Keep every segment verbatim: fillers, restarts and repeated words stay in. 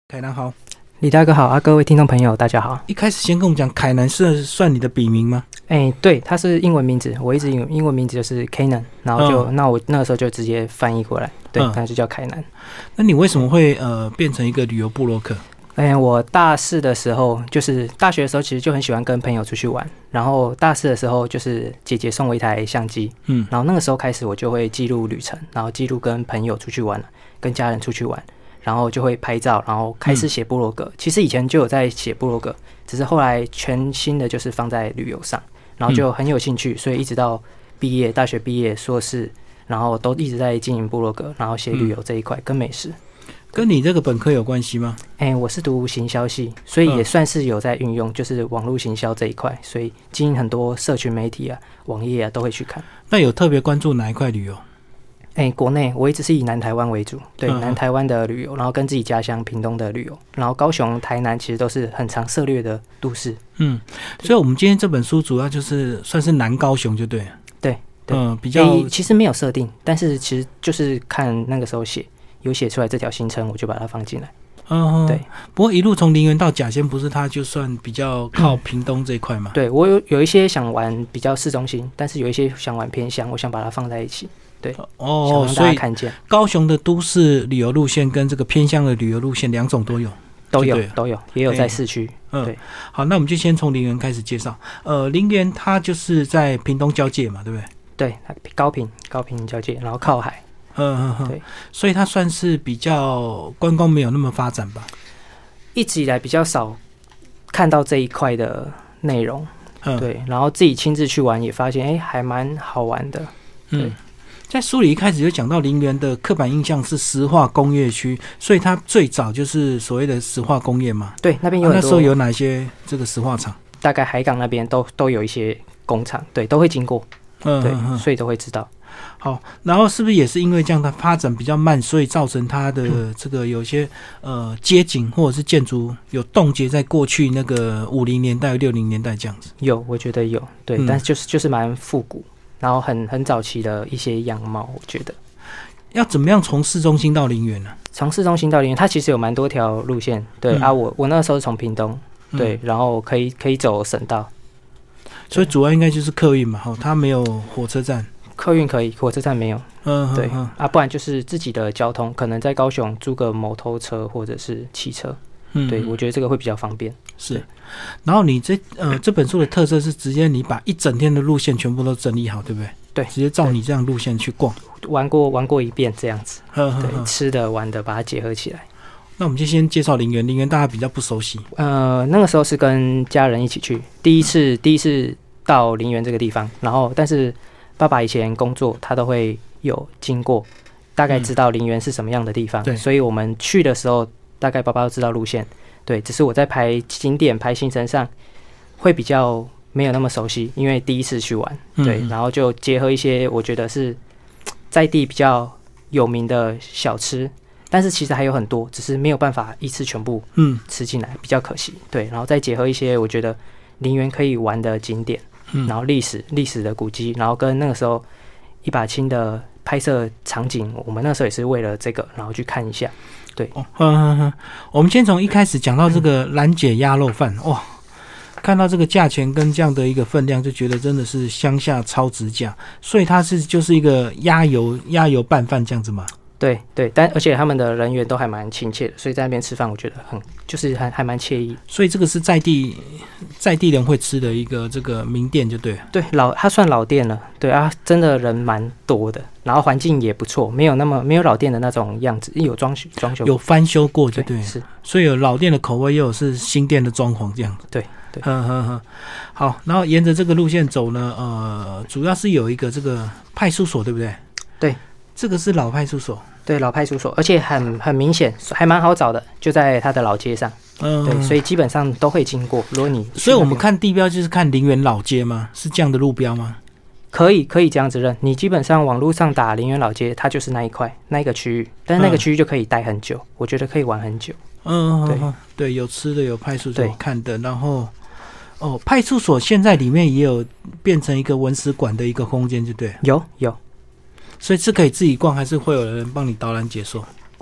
凯南好。 李大哥好啊，各位听众朋友大家好。 一开始先跟我们讲，凯南是算你的笔名吗？ 哎，对，它是英文名字，我一直英文名字就是 Kenan， 然后就、嗯、那我那个时候就直接翻译过来，对，那、嗯、就叫凯南。 那你为什么会呃变成一个旅游部落客？ 哎，我大四的时候，就是大学的时候，其实就很喜欢跟朋友出去玩。然后大四的时候，就是姐姐送我一台相机，嗯，然后那个时候开始，我就会记录旅程，然后记录跟朋友出去玩，跟家人出去玩。然后就会拍照，然后开始写部落格、嗯。其实以前就有在写部落格，只是后来全新的就是放在旅游上，然后就很有兴趣，所以一直到毕业，大学毕业、硕士，然后都一直在经营部落格，然后写旅游这一块、嗯、跟美食。 跟你这个本科有关系吗？ 哎，我是读行销系，所以也算是有在运用，就是网络行销这一块，所以经营很多社群媒体啊、网页啊都会去看。 那有特别关注哪一块旅游？ 哎，国内我一直是以南台湾为主，对、嗯、南台湾的旅游，然后跟自己家乡屏东的旅游，然后高雄、台南其实都是很常涉猎的都市。嗯， 所以我们今天这本书主要就是算是南高雄就对了。 对对， 嗯，比较其实没有设定，但是其实就是看那个时候写有写出来这条行程，我就把它放进来。 嗯，对。不过一路从林园到甲仙，不是它就算比较靠屏东这一块嘛、嗯？ 对，我有有一些想玩比较市中心，但是有一些想玩偏乡，我想把它放在一起。对哦，所以高雄的都市旅游路线跟这个偏乡的旅游路线两种都有， 都有都有，也有在市区。嗯，对。 好，那我们就先从林园开始介绍。呃，林园它就是在屏东交界嘛，对不对？ 对，高屏高屏交界，然后靠海。 嗯嗯嗯，对，所以它算是比较观光没有那么发展吧？ 一直以来比较少看到这一块的内容。嗯，对，然后自己亲自去玩也发现，哎，还蛮好玩的。对。嗯， 在书里一开始就讲到林园的刻板印象是石化工业区，所以它最早就是所谓的石化工业嘛。 对，那边有很多、 啊、那时候有哪些这个石化厂？ 大概海港那边都都有一些工厂，对，都会经过，嗯，对，嗯、所以都会知道。 好，然后是不是也是因为这样它发展比较慢，所以造成它的这个有些呃街景或者是建筑有冻结在过去那个五零年代、六零年代这样子？ 有，我觉得有，对，嗯、但是就是就是蛮复古。然后很很早期的一些样貌，我觉得要怎么样从市中心到林园呢？ 从市中心到林园，它其实有蛮多条路线。对、嗯、啊，我我那时候是从屏东，对，嗯、然后可以可以走省道， 所以主要应该就是客运嘛，哈，它没有火车站。 客运可以，火车站没有。嗯，对嗯啊，不然就是自己的交通，可能在高雄租个摩托车或者是汽车。嗯，对，我觉得这个会比较方便。 是，然后你这呃这本书的特色是直接你把一整天的路线全部都整理好，对不对？ 对， 直接照你这样路线去逛， 玩过玩过一遍这样子。呵呵呵对，吃的玩的把它结合起来。 那我们就先介绍林园，林园大家比较不熟悉。 呃，那个时候是跟家人一起去，第一次第一次到林园这个地方，然后但是爸爸以前工作他都会有经过，大概知道林园是什么样的地方，嗯、所以我们去的时候。大概爸爸都知道路线，对，只是我在排景点、排行程上会比较没有那么熟悉，因为第一次去玩，对，嗯、然后就结合一些我觉得是在地比较有名的小吃，但是其实还有很多，只是没有办法一次全部吃进来，嗯、比较可惜，对，然后再结合一些我觉得林园可以玩的景点，嗯、然后历史历史的古迹，然后跟那个时候一把青的拍摄场景，我们那时候也是为了这个，然后去看一下。对，哦，呵呵呵， 我们先从一开始讲到这个兰姐鸭肉饭，哇，看到这个价钱跟这样的一个分量，就觉得真的是乡下超值价，所以它是就是一个鸭油鸭油拌饭这样子嘛。 对对，但而且他们的人员都还蛮亲切的，所以在那边吃饭，我觉得很就是还还蛮惬意。 所以这个是在地在地人会吃的一个这个名店，就对了。 对，老它算老店了，对啊，真的人蛮多的，然后环境也不错，没有那么没有老店的那种样子，有装修装修有翻修过，就对， 对是。 所以有老店的口味，又有是新店的装潢这样子。 对对， 呵呵呵。好，然后沿着这个路线走呢，呃，主要是有一个这个派出所，对不对？ 对。 这个是老派出所， 对，老派出所，而且很很明显，还蛮好找的，就在他的老街上。嗯，对，所以基本上都会经过。如果你， 所以我们看地标就是看林园老街吗？是这样的路标吗？ 可以，可以这样子认。你基本上网络上打林园老街，它就是那一块那一个区域，但是那个区域就可以待很久，嗯、我觉得可以玩很久。 嗯，对对，有吃的，有派出所看的，然后哦，派出所现在里面也有变成一个文史馆的一个空间，就对。 有有。 所以是可以自己逛，还是会有人帮你导览解说？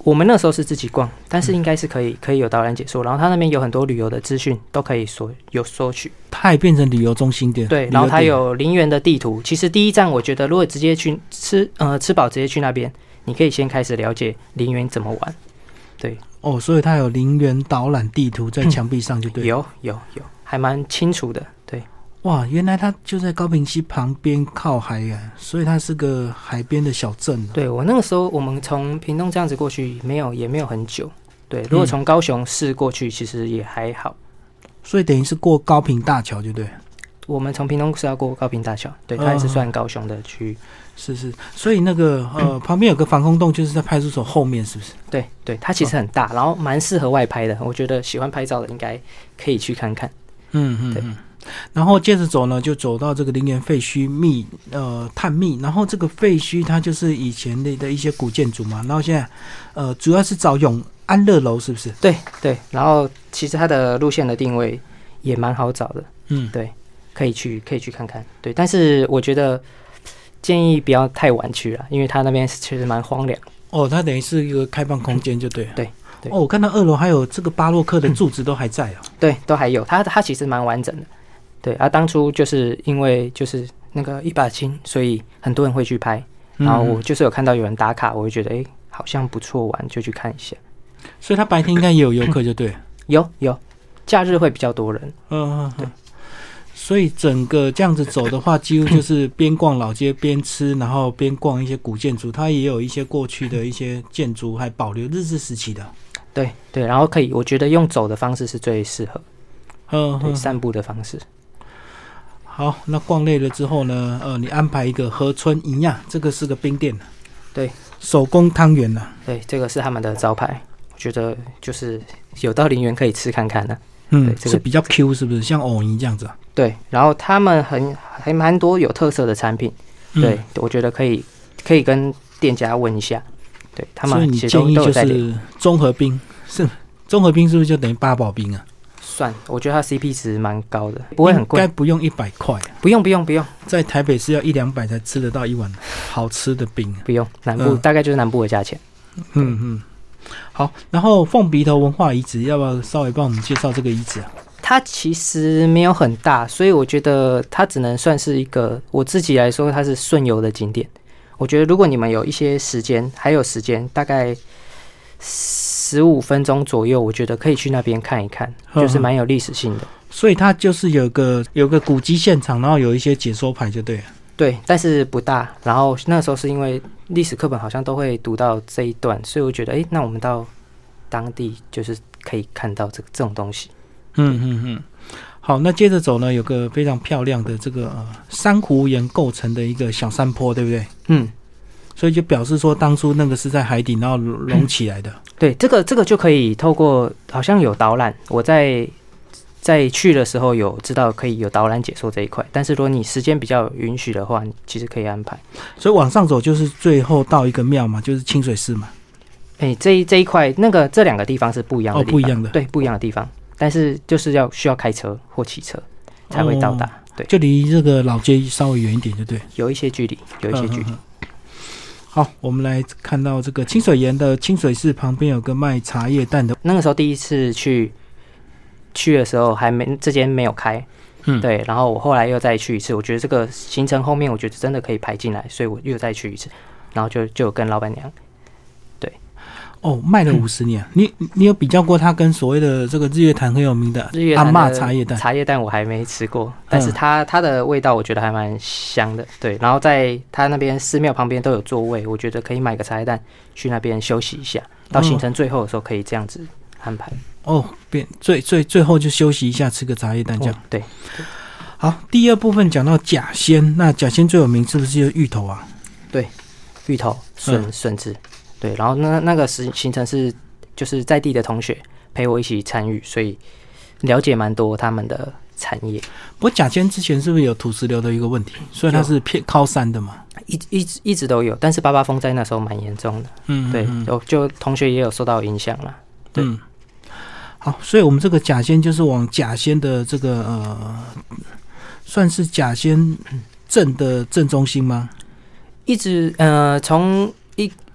我们那时候是自己逛，但是应该是可以可以有导览解说，然后它那边有很多旅游的资讯都可以索有索取。 它也变成旅游中心店。 对，然后它有林园的地图。其实第一站我觉得，如果直接去吃呃吃饱直接去那边，你可以先开始了解林园怎么玩。对， 哦，所以它有林园导览地图在墙壁上就对了。 有有有，还蛮清楚的。对， 哇，原来它就在高屏溪旁边靠海啊，所以它是个海边的小镇、啊。 对，我那个时候我们从屏东这样子过去，没有也没有很久。对，如果从高雄市过去，其实也还好。 所以等于是过高屏大桥，就对。 我们从屏东是要过高屏大桥，对，它也是算高雄的区域。 是是，所以那个呃，旁边有个防空洞，就是在派出所后面，是不是？ 对对，它其实很大，然后蛮适合外拍的。我觉得喜欢拍照的应该可以去看看。 嗯嗯嗯。然后接着走呢，就走到这个林园废墟秘呃探秘，然后这个废墟它就是以前的的一些古建筑嘛，然后现在呃主要是找永安乐楼，是不是？ 对对，然后其实它的路线的定位也蛮好找的，嗯，对，可以去可以去看看，对，但是我觉得建议不要太晚去了，因为它那边确实蛮荒凉。 哦，它等于是一个开放空间，就对了。 对。对哦，我看到二楼还有这个巴洛克的柱子都还在哦。 对，都还有，它它其实蛮完整的。对啊，当初就是因为就是那个一把青，所以很多人会去拍。然后我就是有看到有人打卡，我就觉得哎、欸，好像不错玩，就去看一下。 所以他白天应该也有游客，就对了。 有有，假日会比较多人。 嗯嗯，对。所以整个这样子走的话，几乎就是边逛老街边吃，然后边逛一些古建筑。它也有一些过去的一些建筑还保留日治时期的。 对对，然后可以，我觉得用走的方式是最适合。 嗯， 对，散步的方式。 好，那逛累了之后呢？呃，你安排一个河村一样，这个是个冰店， 对， 手工汤圆呢。 对，这个是他们的招牌，我觉得就是有到林园可以吃看看呢。 嗯，这个是比较 Q 是不是？像藕泥这样子、啊。 对，然后他们很还蛮多有特色的产品，对、嗯、我觉得可以可以跟店家问一下，对他们其实都有在所以你建议就是综合冰，是综合冰是不是就等于八宝冰啊？ 算，我觉得它 C P 值蛮高的，不会很贵， 应该不用一百块， 不用不用不用， 在台北是要一两百才吃得到一碗好吃的冰、啊， 不用，南部、嗯、大概就是南部的价钱。 嗯嗯，好，然后凤鼻头文化遗址，要不要稍微帮我们介绍这个遗址啊？ 它其实没有很大，所以我觉得它只能算是一个，我自己来说它是顺游的景点。我觉得如果你们有一些时间，还有时间，大概十五分钟左右，我觉得可以去那边看一看，就是蛮有历史性的。 所以它就是有个有个古迹现场，然后有一些解说牌就对了。 对，但是不大。然后那时候是因为历史课本好像都会读到这一段，所以我觉得，哎，那我们到当地就是可以看到这个这种东西。 嗯嗯嗯。好，那接着走呢，有个非常漂亮的这个呃珊瑚岩构成的一个小山坡，对不对？嗯。所以就表示说，当初那个是在海底，然后隆起来的。嗯、 对，这个这个就可以透过好像有导览，我在在去的时候有知道可以有导览解说这一块。但是如果你时间比较允许的话，你其实可以安排。 所以往上走就是最后到一个庙嘛，就是清水寺嘛。 哎、欸，这一这一块那个这两个地方是不一样的地方， 哦，不一样的， 对，不一样的地方。但是就是要需要开车或骑车才会到达。哦、对， 就离这个老街稍微远一点，就对， 有一些距离，有一些距离。嗯嗯嗯好，我们来看到这个清水岩的清水寺旁边有个卖茶叶蛋的。 那个时候第一次去去的时候还没这间没有开，嗯，对。然后我后来又再去一次，我觉得这个行程后面我觉得真的可以排进来，所以我又再去一次，然后就就跟老板娘，对， 哦，卖了五十年、嗯，你你有比较过它跟所谓的这个日月潭很有名的阿嬷茶叶蛋？ 茶叶蛋我还没吃过，但是它、嗯、它的味道我觉得还蛮香的，对。然后在它那边寺庙旁边都有座位，我觉得可以买个茶叶蛋去那边休息一下，到行程最后的时候可以这样子安排。 哦，变最最最后就休息一下，吃个茶叶蛋这样。哦、 对。 好，第二部分讲到甲仙，那甲仙最有名是不是就是芋头啊？ 对，芋头、笋、笋子。对，然后那那个行程是就是在地的同学陪我一起参与，所以了解蛮多他们的产业。 不过甲仙之前是不是有土石流的一个问题？所以它是偏靠山的嘛？ 一一直一直都有，但是八八风灾那时候蛮严重的。嗯，对，有就同学也有受到影响啦。对，嗯， 好，所以我们这个甲仙就是往甲仙的这个呃，算是甲仙镇的镇中心吗？ 一直呃从一。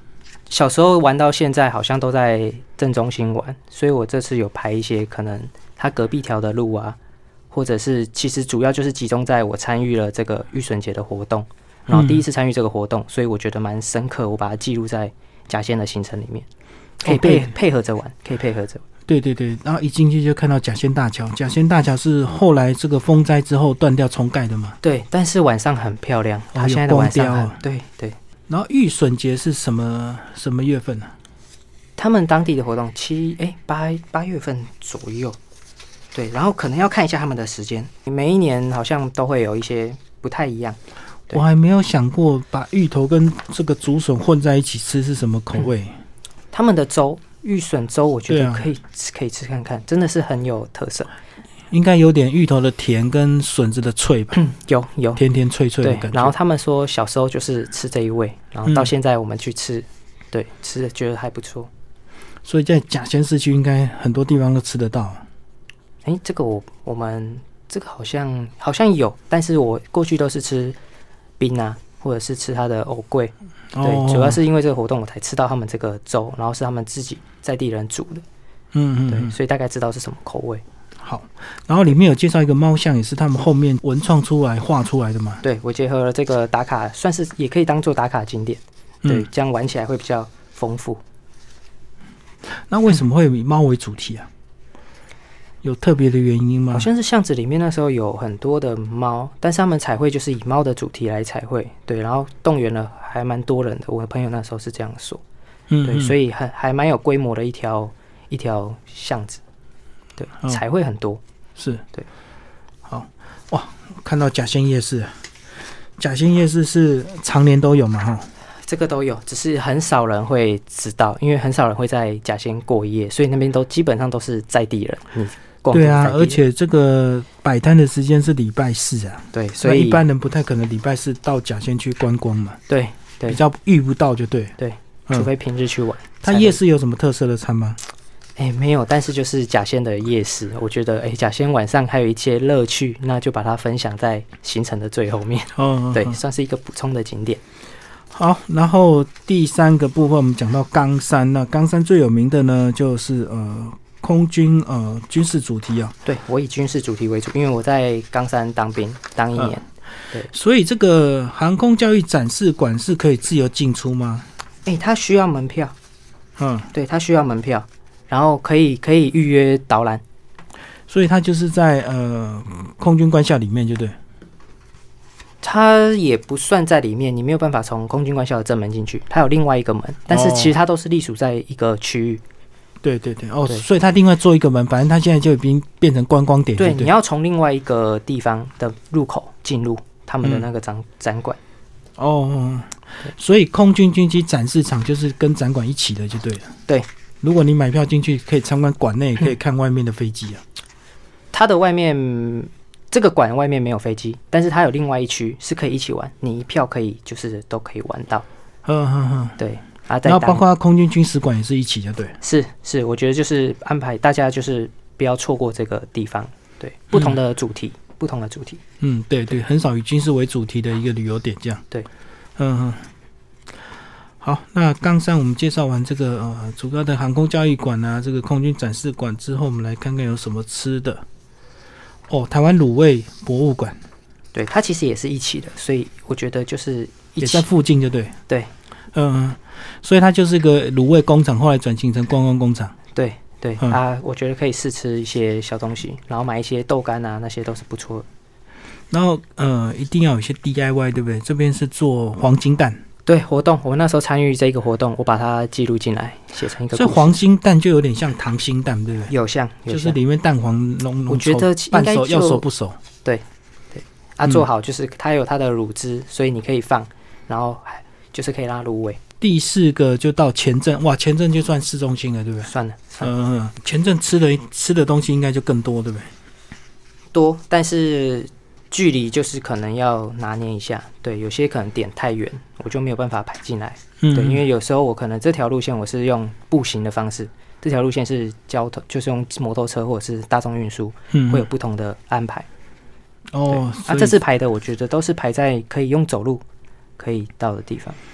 小时候玩到现在，好像都在正中心玩，所以我这次有排一些可能他隔壁条的路啊，或者是其实主要就是集中在我参与了这个玉笋节的活动，然后第一次参与这个活动，所以我觉得蛮深刻，我把它记录在甲仙的行程里面，可以配、哦、配合着玩，可以配合着玩。 对对对，然后一进去就看到甲仙大桥，甲仙大桥是后来这个风灾之后断掉重盖的嘛？ 对，但是晚上很漂亮，它现在的晚上很、哦、对对。 然后玉笋节是什么什么月份呢、啊？ 他们当地的活动七哎八八月份左右，对，然后可能要看一下他们的时间，每一年好像都会有一些不太一样。 我还没有想过把芋头跟这个竹笋混在一起吃是什么口味。嗯、 他们的粥。玉笋粥我觉得可以吃、啊、可以吃看看，真的是很有特色。 应该有点芋头的甜跟笋子的脆吧？ 嗯、有有甜甜脆脆的感觉。 然后他们说小时候就是吃这一味，然后到现在我们去吃，嗯、对，吃的觉得还不错。 所以在甲仙市区应该很多地方都吃得到。 哎，这个我我们这个好像好像有，但是我过去都是吃冰啊，或者是吃它的藕桂。对，哦、主要是因为这个活动我才吃到他们这个粥，然后是他们自己在地人煮的，嗯嗯，对，所以大概知道是什么口味。 好，然后里面有介绍一个猫像，也是他们后面文创出来画出来的嘛？ 对，我结合了这个打卡，算是也可以当做打卡景点，对，嗯、这样玩起来会比较丰富。 那为什么会以猫为主题啊？有特别的原因吗？ 好像是巷子里面那时候有很多的猫，但是他们彩绘就是以猫的主题来彩绘，对，然后动员了还蛮多人的。我的朋友那时候是这样说，嗯，对，所以还还蛮有规模的一条一条巷子，对，嗯、彩绘很多， 是， 对， 好哇，看到甲仙夜市，甲仙夜市是常年都有嘛？哈。 这个都有，只是很少人会知道，因为很少人会在甲仙过夜，所以那边都基本上都是在地人。嗯对啊，而且这个摆摊的时间是礼拜四啊， 对，所以一般人不太可能礼拜四到甲仙去观光嘛， 对对， 比较遇不到就对， 对，嗯、除非平日去玩。 它夜市有什么特色的餐吗？ 哎，没有，但是就是甲仙的夜市，我觉得哎，甲仙晚上还有一些乐趣，那就把它分享在行程的最后面，哦，对，哦、算是一个补充的景点。 好，然后第三个部分我们讲到冈山，那冈山最有名的呢就是呃。空军呃军事主题啊， 对，我以军事主题为主，因为我在冈山当兵当一年，呃、对， 所以这个航空教育展示馆是可以自由进出吗？ 哎、欸，它需要门票，嗯，对，它需要门票，然后可以可以预约导览， 所以它就是在呃空军官校里面，就对。 它也不算在里面，你没有办法从空军官校的正门进去，它有另外一个门，但是其实它都是隶属在一个区域。 对对对，哦，所以他另外做一个门，反正他现在就已经变成观光点。 对，你要从另外一个地方的入口进入他们的那个展、嗯、展馆。 哦，所以空军军机展示场就是跟展馆一起的，就对了。 对， 如果你买票进去，可以参观馆内，可以看外面的飞机啊。 它的外面这个馆外面没有飞机，但是它有另外一区是可以一起玩，你一票可以就是都可以玩到。 呵呵呵， 对。 然后包括空军军史馆也是一起的，对， 是是，我觉得就是安排大家就是不要错过这个地方，对，不同的主题，嗯、不同的主题， 嗯，对对，很少以军事为主题的一个旅游点，这样， 对， 嗯嗯，好，那冈山我们介绍完这个呃主要的航空教育馆啊，这个空军展示馆之后，我们来看看有什么吃的。哦，台湾卤味博物馆， 对，它其实也是一起的，所以我觉得就是一起也在附近，就对， 对。 嗯，所以它就是一个卤味工厂，后来转型成观光工厂。 对对、嗯、啊，我觉得可以试吃一些小东西，然后买一些豆干啊，那些都是不错的。 然后呃，一定要有一些 D I Y， 对不对？这边是做黄金蛋， 对，活动，我们那时候参与这个活动，我把它记录进来，写成一个故事。 所以黄金蛋就有点像溏心蛋，对不对？ 有像，有像就是里面蛋黄浓浓， 我觉得半熟要熟不熟？ 对对，啊，做好就是它有它的乳汁，嗯、所以你可以放，然后就是可以让它入味。 第四个就到前镇，哇，前镇就算市中心了，对不对？ 算了，算了嗯，前镇吃的吃的东西应该就更多，对不对？ 多，但是距离就是可能要拿捏一下，对，有些可能点太远，我就没有办法排进来，嗯，对，因为有时候我可能这条路线我是用步行的方式，这条路线是交通，就是用摩托车或者是大众运输，嗯，会有不同的安排。哦，啊，这次排的我觉得都是排在可以用走路可以到的地方。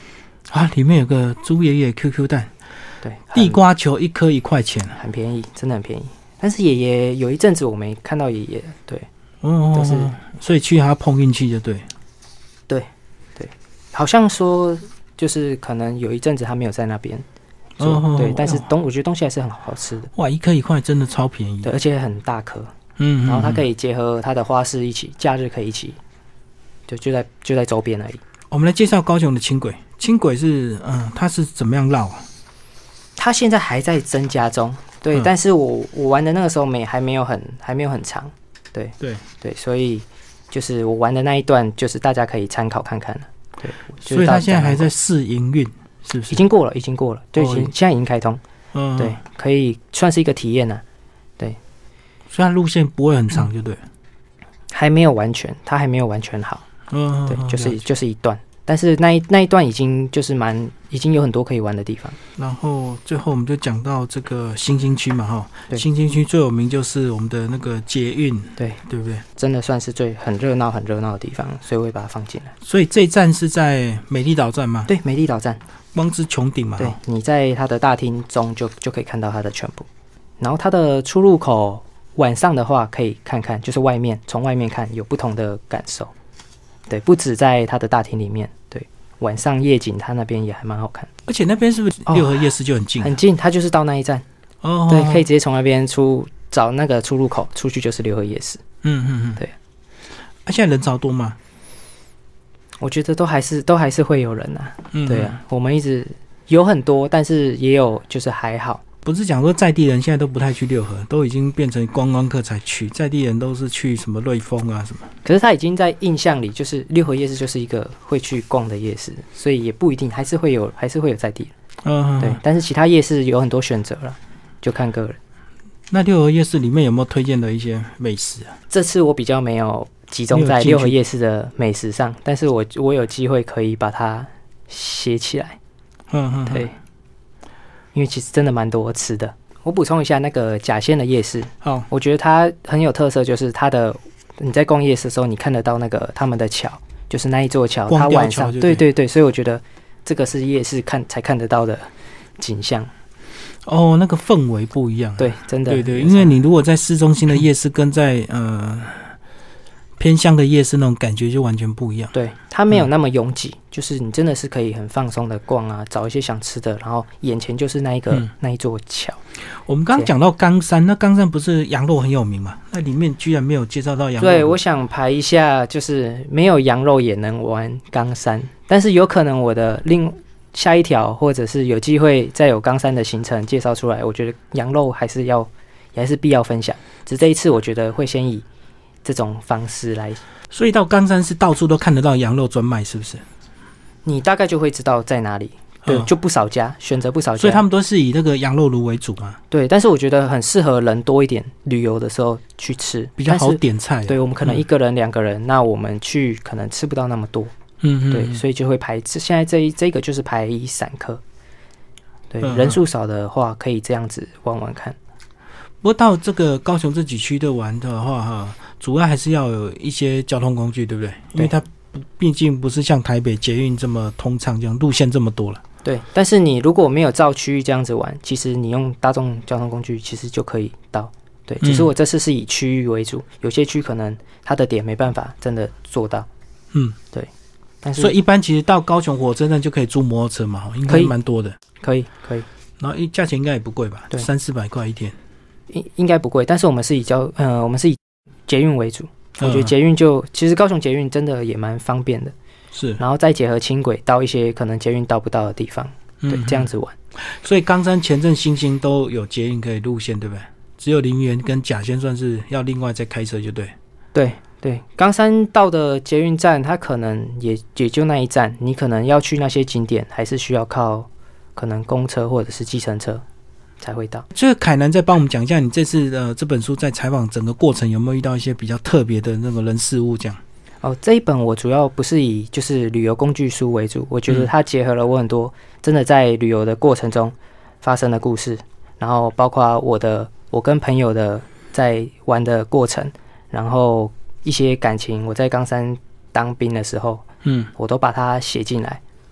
啊，里面有个猪爷爷 Q Q 蛋， 对， 地瓜球一颗一块钱， 很便宜，真的很便宜。但是爷爷有一阵子我没看到爷爷，对， 哦， 都是所以去还要碰运气就对， 对对，好像说就是可能有一阵子他没有在那边。哦，对，但是东我觉得东西还是很好吃的。 哇，一颗一块真的超便宜， 对，而且很大颗。 嗯， 然后它可以结合它的花市一起，假日可以一起，就就在就在周边而已。 我们来介绍高雄的轻轨，轻轨是嗯，它是怎么样绕啊？ 它现在还在增加中，对，嗯、但是我我玩的那个时候没还没有很还没有很长，对对对，所以就是我玩的那一段，就是大家可以参考看看了。对，就是、 所以它现在还在试营运。是不是已经过了？已经过了，对，哦、现在已经开通，嗯，对，可以算是一个体验啊，对， 所以它路线不会很长，就对、嗯， 还没有完全，它还没有完全好，嗯，对，就是就是一段，但是那一那一段已经就是蛮，已经有很多可以玩的地方。 然后最后我们就讲到这个新兴区嘛，哈，新兴区最有名就是我们的那个捷运， 对， 对不对？ 真的算是最很热闹、很热闹的地方，所以我会把它放进来。 所以这一站是在美丽岛站吗？ 对，美丽岛站。 光之穹顶嘛， 对，你在它的大厅中就就可以看到它的全部。然后它的出入口晚上的话可以看看，就是外面从外面看有不同的感受。对，不止在它的大厅里面，对，晚上夜景它那边也还蛮好看。 而且那边是不是六合夜市就很近、啊哦？很近，它就是到那一站。哦，对，可以直接从那边出找那个出入口，出去就是六合夜市。 嗯嗯嗯， 对。 啊，现在人潮多吗？ 我觉得都还是都还是会有人啊，嗯、对啊，我们一直有很多，但是也有就是还好。 不是讲说在地人现在都不太去六合，都已经变成观光客才去，在地人都是去什么瑞丰啊什么。 可是他已经在印象里，就是六合夜市就是一个会去逛的夜市，所以也不一定，还是会有还是会有在地人。嗯，对，但是其他夜市有很多选择了，就看个人。 那六合夜市里面有没有推荐的一些美食啊？ 这次我比较没有集中在六合夜市的美食上，但是我我有机会可以把它写起来。嗯嗯，对，因为其实真的蛮多吃的。我补充一下那个甲仙的夜市，哦，我觉得它很有特色，就是它的你在逛夜市的时候，你看得到那个他们的桥，就是那一座桥，它晚上，对对对，所以我觉得这个是夜市看才看得到的景象。 哦，那个氛围不一样、啊， 对，真的， 对对，因为你如果在市中心的夜市跟在呃偏乡的夜市那种感觉就完全不一样。 对，它没有那么拥挤、嗯，就是你真的是可以很放松的逛啊，找一些想吃的，然后眼前就是那一个、嗯、那一座桥。 我们刚刚讲到冈山，那冈山不是羊肉很有名嘛？那里面居然没有介绍到羊肉。 对，我想排一下，就是没有羊肉也能玩冈山，但是有可能我的另。下一条，或者是有机会再有冈山的行程介绍出来，我觉得羊肉还是要，也还是必要分享。只这一次，我觉得会先以这种方式来。 所以到冈山是到处都看得到羊肉专卖，是不是？ 你大概就会知道在哪里，对，嗯、就不少家，选择不少家。 所以他们都是以那个羊肉炉为主嘛。 对，但是我觉得很适合人多一点，旅游的时候去吃， 比较好点菜、啊。 对，我们可能一个人、两、嗯、个人，那我们去可能吃不到那么多。嗯，对，所以就会排。现在这一这个就是排散客，对，嗯、人数少的话可以这样子玩玩看。 不过到这个高雄这几区的玩的话，哈，主要还是要有一些交通工具，对不对？因为它毕竟不是像台北捷运这么通畅，这样路线这么多了。 对，但是你如果没有照区域这样子玩，其实你用大众交通工具其实就可以到。对，只是我这次是以区域为主，有些区可能它的点没办法真的做到。嗯，对。 所以一般其实到高雄火车站就可以租摩托车嘛，应该蛮多的。 可以，可以。 然后价钱应该也不贵吧？对，三四百块一天， 应应该不贵。但是我们是以交呃，我们是以捷运为主。我觉得捷运就、嗯、其实高雄捷运真的也蛮方便的。是。然后再结合轻轨到一些可能捷运到不到的地方，对，嗯、这样子玩。 所以冈山、前镇、新兴都有捷运可以路线，对不对？只有林园跟甲仙算是要另外再开车就对。 对。对，冈山到的捷运站，它可能也也就那一站，你可能要去那些景点，还是需要靠可能公车或者是计程车才会到。 这个凯南再帮我们讲一下，你这次呃这本书在采访整个过程有没有遇到一些比较特别的那个人事物这样？ 哦，这一本我主要不是以就是旅游工具书为主，我觉得它结合了我很多真的在旅游的过程中发生的故事，然后包括我的我跟朋友的在玩的过程，然后一些感情，我在冈山当兵的时候，嗯，我都把它写进来。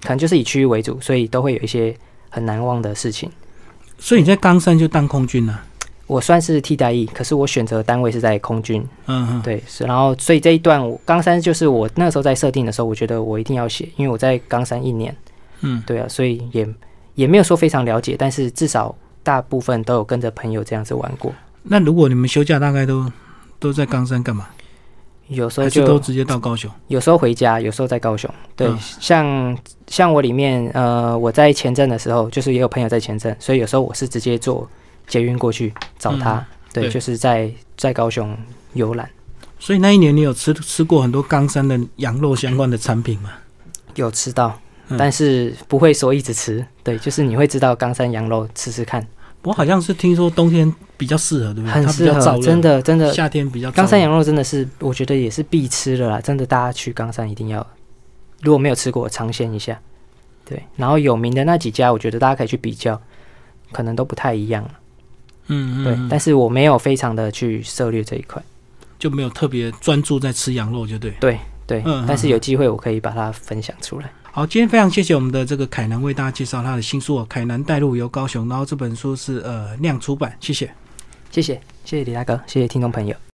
可能就是以区域为主，所以都会有一些很难忘的事情。 所以你在冈山就当空军了、啊？ 我算是替代役，可是我选择单位是在空军。 嗯哼， 对，是。然后所以这一段我冈山就是我那个时候在设定的时候，我觉得我一定要写，因为我在冈山一年。 嗯， 对啊，所以也也没有说非常了解，但是至少大部分都有跟着朋友这样子玩过。 那如果你们休假大概都都在冈山干嘛？ 有时候就还是都直接到高雄？ 有时候回家，有时候在高雄。对， 嗯、 像像我里面，呃，我在前镇的时候，就是也有朋友在前镇，所以有时候我是直接坐捷运过去找他。嗯、对, 对，就是在在高雄游览。 所以那一年你有吃吃过很多冈山的羊肉相关的产品吗？ 有吃到，嗯、但是不会说一直吃。对，就是你会知道冈山羊肉吃吃看。 我好像是听说冬天比较适合，对不对？ 很适合，真的真的。 夏天比较冈山羊肉真的是，我觉得也是必吃的啦。真的，大家去冈山一定要，如果没有吃过，尝鲜一下。对，然后有名的那几家，我觉得大家可以去比较，可能都不太一样了。 嗯嗯。 对，但是我没有非常的去涉猎这一块， 就没有特别专注在吃羊肉，就对。 对对， 嗯嗯， 但是有机会我可以把它分享出来。 好，今天非常谢谢我们的这个凯南为大家介绍他的新书《凯南带路游高雄》，然后这本书是呃亮出版，谢谢， 谢谢，谢谢李大哥，谢谢听众朋友。